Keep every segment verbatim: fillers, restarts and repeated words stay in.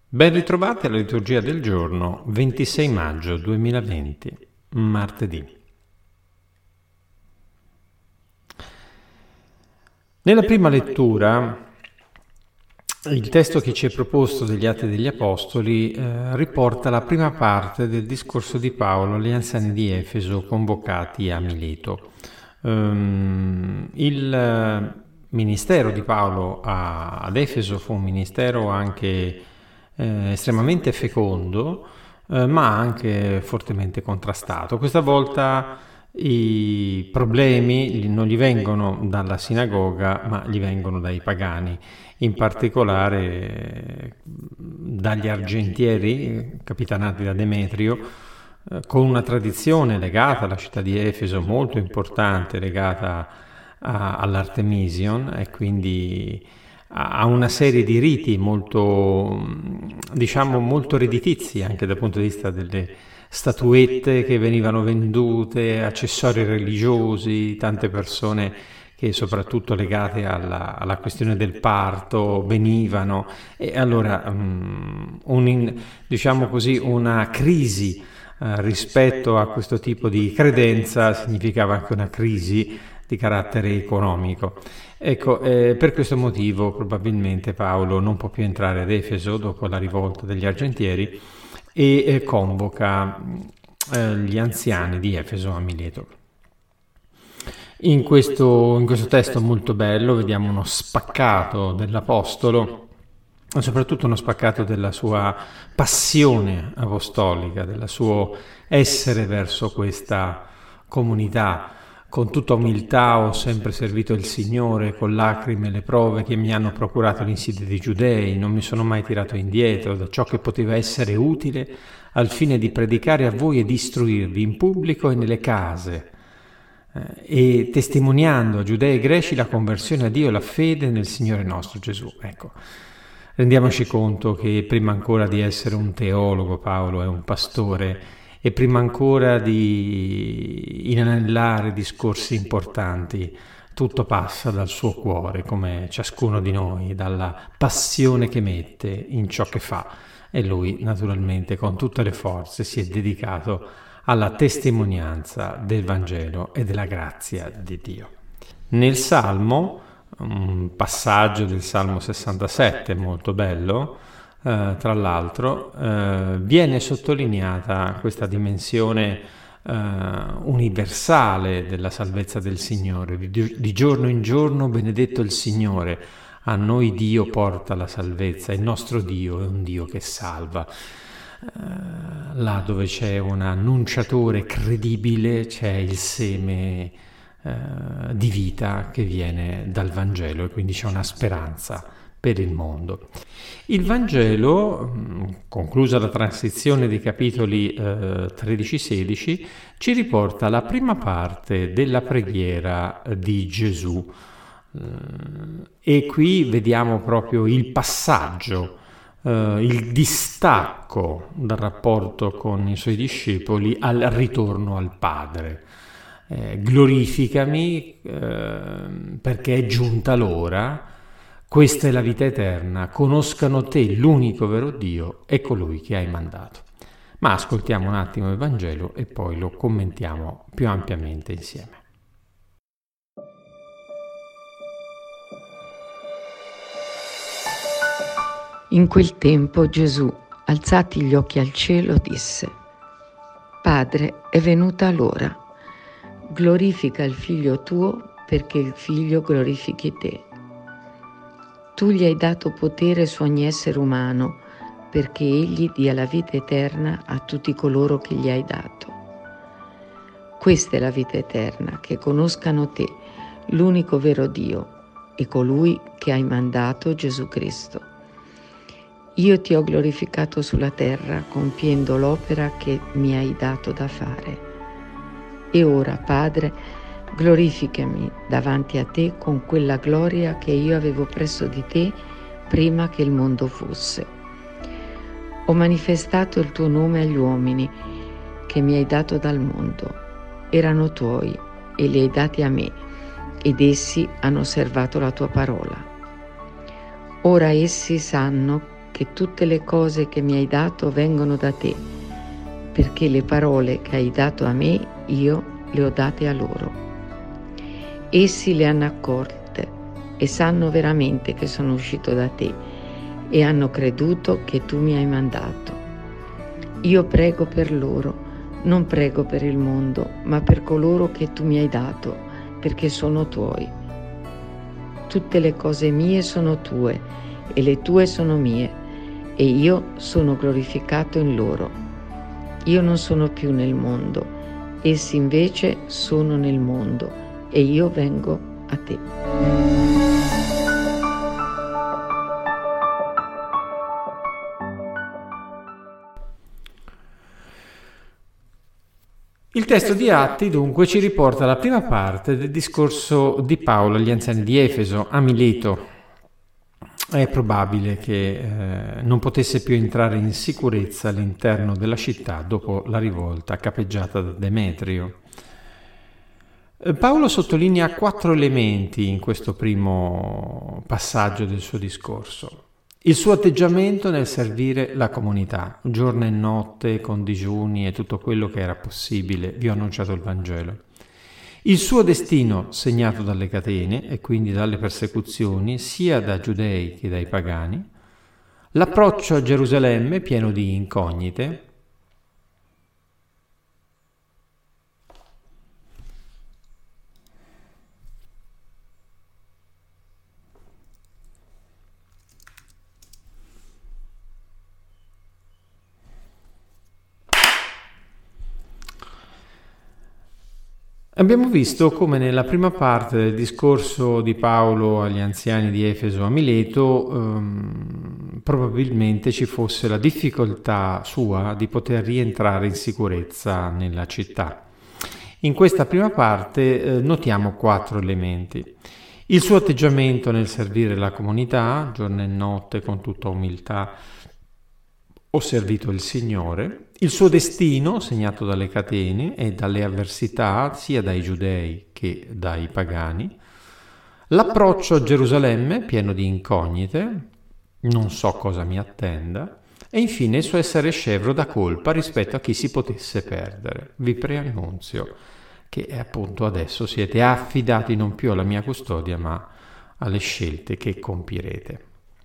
Ben ritrovati alla liturgia del giorno ventisei maggio duemilaventi, martedì. Nella prima lettura, il testo che ci è proposto degli Atti degli Apostoli eh, riporta la prima parte del discorso di Paolo agli anziani di Efeso convocati a Mileto. Um, il ministero di Paolo a, ad Efeso fu un ministero anche eh, estremamente fecondo, eh, ma anche fortemente contrastato. Questa volta i problemi non gli vengono dalla sinagoga, ma gli vengono dai pagani, in particolare dagli argentieri capitanati da Demetrio, eh, con una tradizione legata alla città di Efeso molto importante, legata a, all'Artemision, e quindi a una serie di riti molto, diciamo, molto redditizi anche dal punto di vista delle statuette che venivano vendute, accessori religiosi, tante persone che soprattutto legate alla, alla questione del parto venivano, e allora um, un, diciamo così, una crisi uh, rispetto a questo tipo di credenza significava anche una crisi di carattere economico. Ecco, eh, per questo motivo probabilmente Paolo non può più entrare ad Efeso dopo la rivolta degli argentieri e eh, convoca eh, gli anziani di Efeso a Mileto. In questo, in questo testo molto bello vediamo uno spaccato dell'Apostolo, ma soprattutto uno spaccato della sua passione apostolica, del suo essere verso questa comunità. Con tutta umiltà ho sempre servito il Signore, con lacrime e le prove che mi hanno procurato l'insidia dei Giudei, non mi sono mai tirato indietro da ciò che poteva essere utile al fine di predicare a voi e di istruirvi in pubblico e nelle case, eh, e testimoniando a Giudei e Greci la conversione a Dio e la fede nel Signore nostro Gesù. Ecco, rendiamoci conto che prima ancora di essere un teologo Paolo è un pastore, e prima ancora di inanellare discorsi importanti, tutto passa dal suo cuore, come ciascuno di noi, dalla passione che mette in ciò che fa. E lui, naturalmente, con tutte le forze si è dedicato alla testimonianza del Vangelo e della grazia di Dio. Nel Salmo, un passaggio del Salmo sessantasette molto bello, Uh, tra l'altro uh, viene sottolineata questa dimensione uh, universale della salvezza del Signore. Di, di giorno in giorno benedetto il Signore, a noi Dio porta la salvezza, il nostro Dio è un Dio che salva. Uh, là dove c'è un annunciatore credibile c'è il seme uh, di vita che viene dal Vangelo, e quindi c'è una speranza per il mondo. Il Vangelo, conclusa la transizione dei capitoli eh, tredici sedici, ci riporta la prima parte della preghiera di Gesù. Eh, e qui vediamo proprio il passaggio, eh, il distacco dal rapporto con i suoi discepoli al ritorno al Padre. Eh, glorificami eh, perché è giunta l'ora. Questa è la vita eterna, conoscano te, l'unico vero Dio, e colui che hai mandato. Ma ascoltiamo un attimo il Vangelo e poi lo commentiamo più ampiamente insieme. In quel tempo Gesù, alzati gli occhi al cielo, disse: Padre, è venuta l'ora. Glorifica il Figlio tuo, perché il Figlio glorifichi te. Tu gli hai dato potere su ogni essere umano, perché egli dia la vita eterna a tutti coloro che gli hai dato. Questa è la vita eterna, che conoscano te, l'unico vero Dio, e colui che hai mandato, Gesù Cristo. Io ti ho glorificato sulla terra, compiendo l'opera che mi hai dato da fare. E ora, Padre, glorificami davanti a te con quella gloria che io avevo presso di te prima che il mondo fosse. Ho manifestato il tuo nome agli uomini che mi hai dato dal mondo. Erano tuoi e li hai dati a me, ed essi hanno osservato la tua parola. Ora essi sanno che che tutte le cose che mi hai dato vengono da te, perché le parole che hai dato a me io le ho date a loro. Essi le hanno accolte e sanno veramente che sono uscito da te e hanno creduto che tu mi hai mandato. Io prego per loro, non prego per il mondo, ma per coloro che tu mi hai dato, perché sono tuoi. Tutte le cose mie sono tue e le tue sono mie, e io sono glorificato in loro. Io non sono più nel mondo, essi invece sono nel mondo, e io vengo a te. Il testo di Atti dunque ci riporta la prima parte del discorso di Paolo agli anziani di Efeso, a Mileto. È probabile che eh, non potesse più entrare in sicurezza all'interno della città dopo la rivolta capeggiata da Demetrio. Paolo sottolinea quattro elementi in questo primo passaggio del suo discorso. Il suo atteggiamento nel servire la comunità, giorno e notte, con digiuni e tutto quello che era possibile, vi ho annunciato il Vangelo. Il suo destino segnato dalle catene e quindi dalle persecuzioni sia da giudei che dai pagani, l'approccio a Gerusalemme pieno di incognite, Abbiamo visto come nella prima parte del discorso di Paolo agli anziani di Efeso a Mileto ehm, probabilmente ci fosse la difficoltà sua di poter rientrare in sicurezza nella città. In questa prima parte eh, notiamo quattro elementi. Il suo atteggiamento nel servire la comunità, giorno e notte, con tutta umiltà, ho servito il Signore. Il suo destino, segnato dalle catene e dalle avversità sia dai giudei che dai pagani. L'approccio a Gerusalemme, pieno di incognite, non so cosa mi attenda. E infine il suo essere scevro da colpa rispetto a chi si potesse perdere. Vi preannunzio che appunto adesso siete affidati non più alla mia custodia, ma alle scelte che compirete.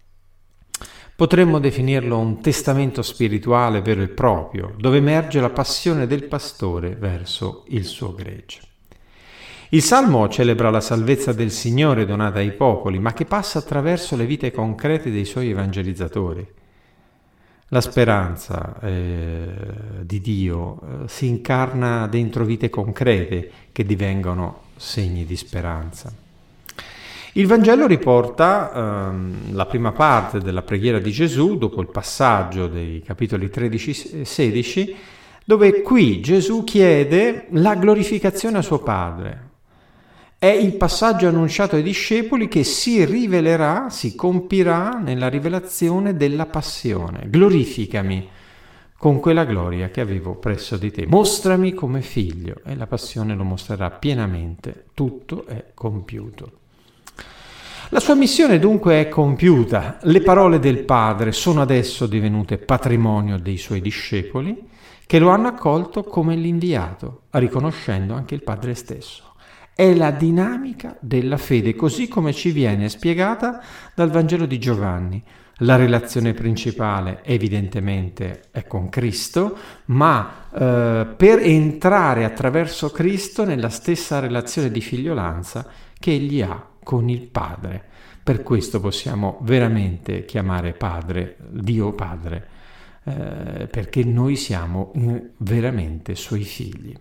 Potremmo definirlo un testamento spirituale vero e proprio, dove emerge la passione del pastore verso il suo gregge. Il Salmo celebra la salvezza del Signore donata ai popoli, ma che passa attraverso le vite concrete dei suoi evangelizzatori. La speranza eh, di Dio eh, si incarna dentro vite concrete che divengono segni di speranza. Il Vangelo riporta ehm, la prima parte della preghiera di Gesù dopo il passaggio dei capitoli tredici e sedici, dove qui Gesù chiede la glorificazione a suo Padre. È il passaggio annunciato ai discepoli che si rivelerà, si compirà nella rivelazione della passione. Glorificami con quella gloria che avevo presso di te. Mostrami come figlio, e la passione lo mostrerà pienamente. Tutto è compiuto. La sua missione dunque è compiuta. Le parole del Padre sono adesso divenute patrimonio dei suoi discepoli, che lo hanno accolto come l'inviato, riconoscendo anche il Padre stesso. È la dinamica della fede, così come ci viene spiegata dal Vangelo di Giovanni. La relazione principale evidentemente è con Cristo, ma eh, per entrare attraverso Cristo nella stessa relazione di figliolanza che egli ha con il Padre. Per questo possiamo veramente chiamare Padre, Dio Padre, eh, perché noi siamo veramente suoi figli.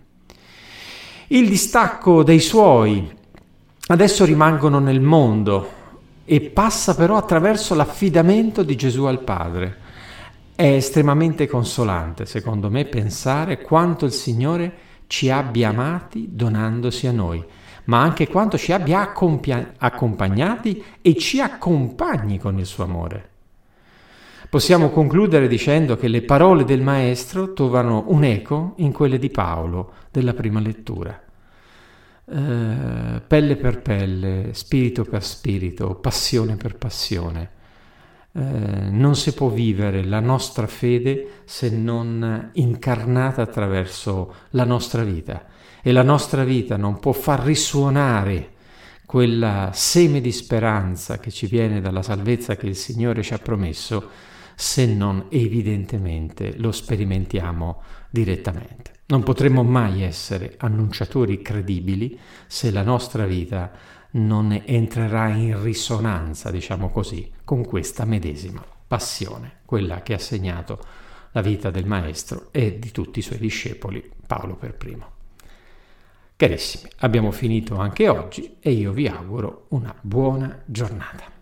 Il distacco dei suoi adesso rimangono nel mondo e passa però attraverso l'affidamento di Gesù al Padre. È estremamente consolante, secondo me, pensare quanto il Signore ci abbia amati donandosi a noi, ma anche quanto ci abbia accompagn- accompagnati e ci accompagni con il suo amore. Possiamo concludere dicendo che le parole del Maestro trovano un eco in quelle di Paolo della prima lettura. Eh, pelle per pelle, spirito per spirito, passione per passione. Eh, non si può vivere la nostra fede se non incarnata attraverso la nostra vita, e la nostra vita non può far risuonare quella seme di speranza che ci viene dalla salvezza che il Signore ci ha promesso se non evidentemente lo sperimentiamo direttamente. Non potremo mai essere annunciatori credibili se la nostra vita non entrerà in risonanza, diciamo così, con questa medesima passione, quella che ha segnato la vita del Maestro e di tutti i suoi discepoli, Paolo per primo. Carissimi, abbiamo finito anche oggi e io vi auguro una buona giornata.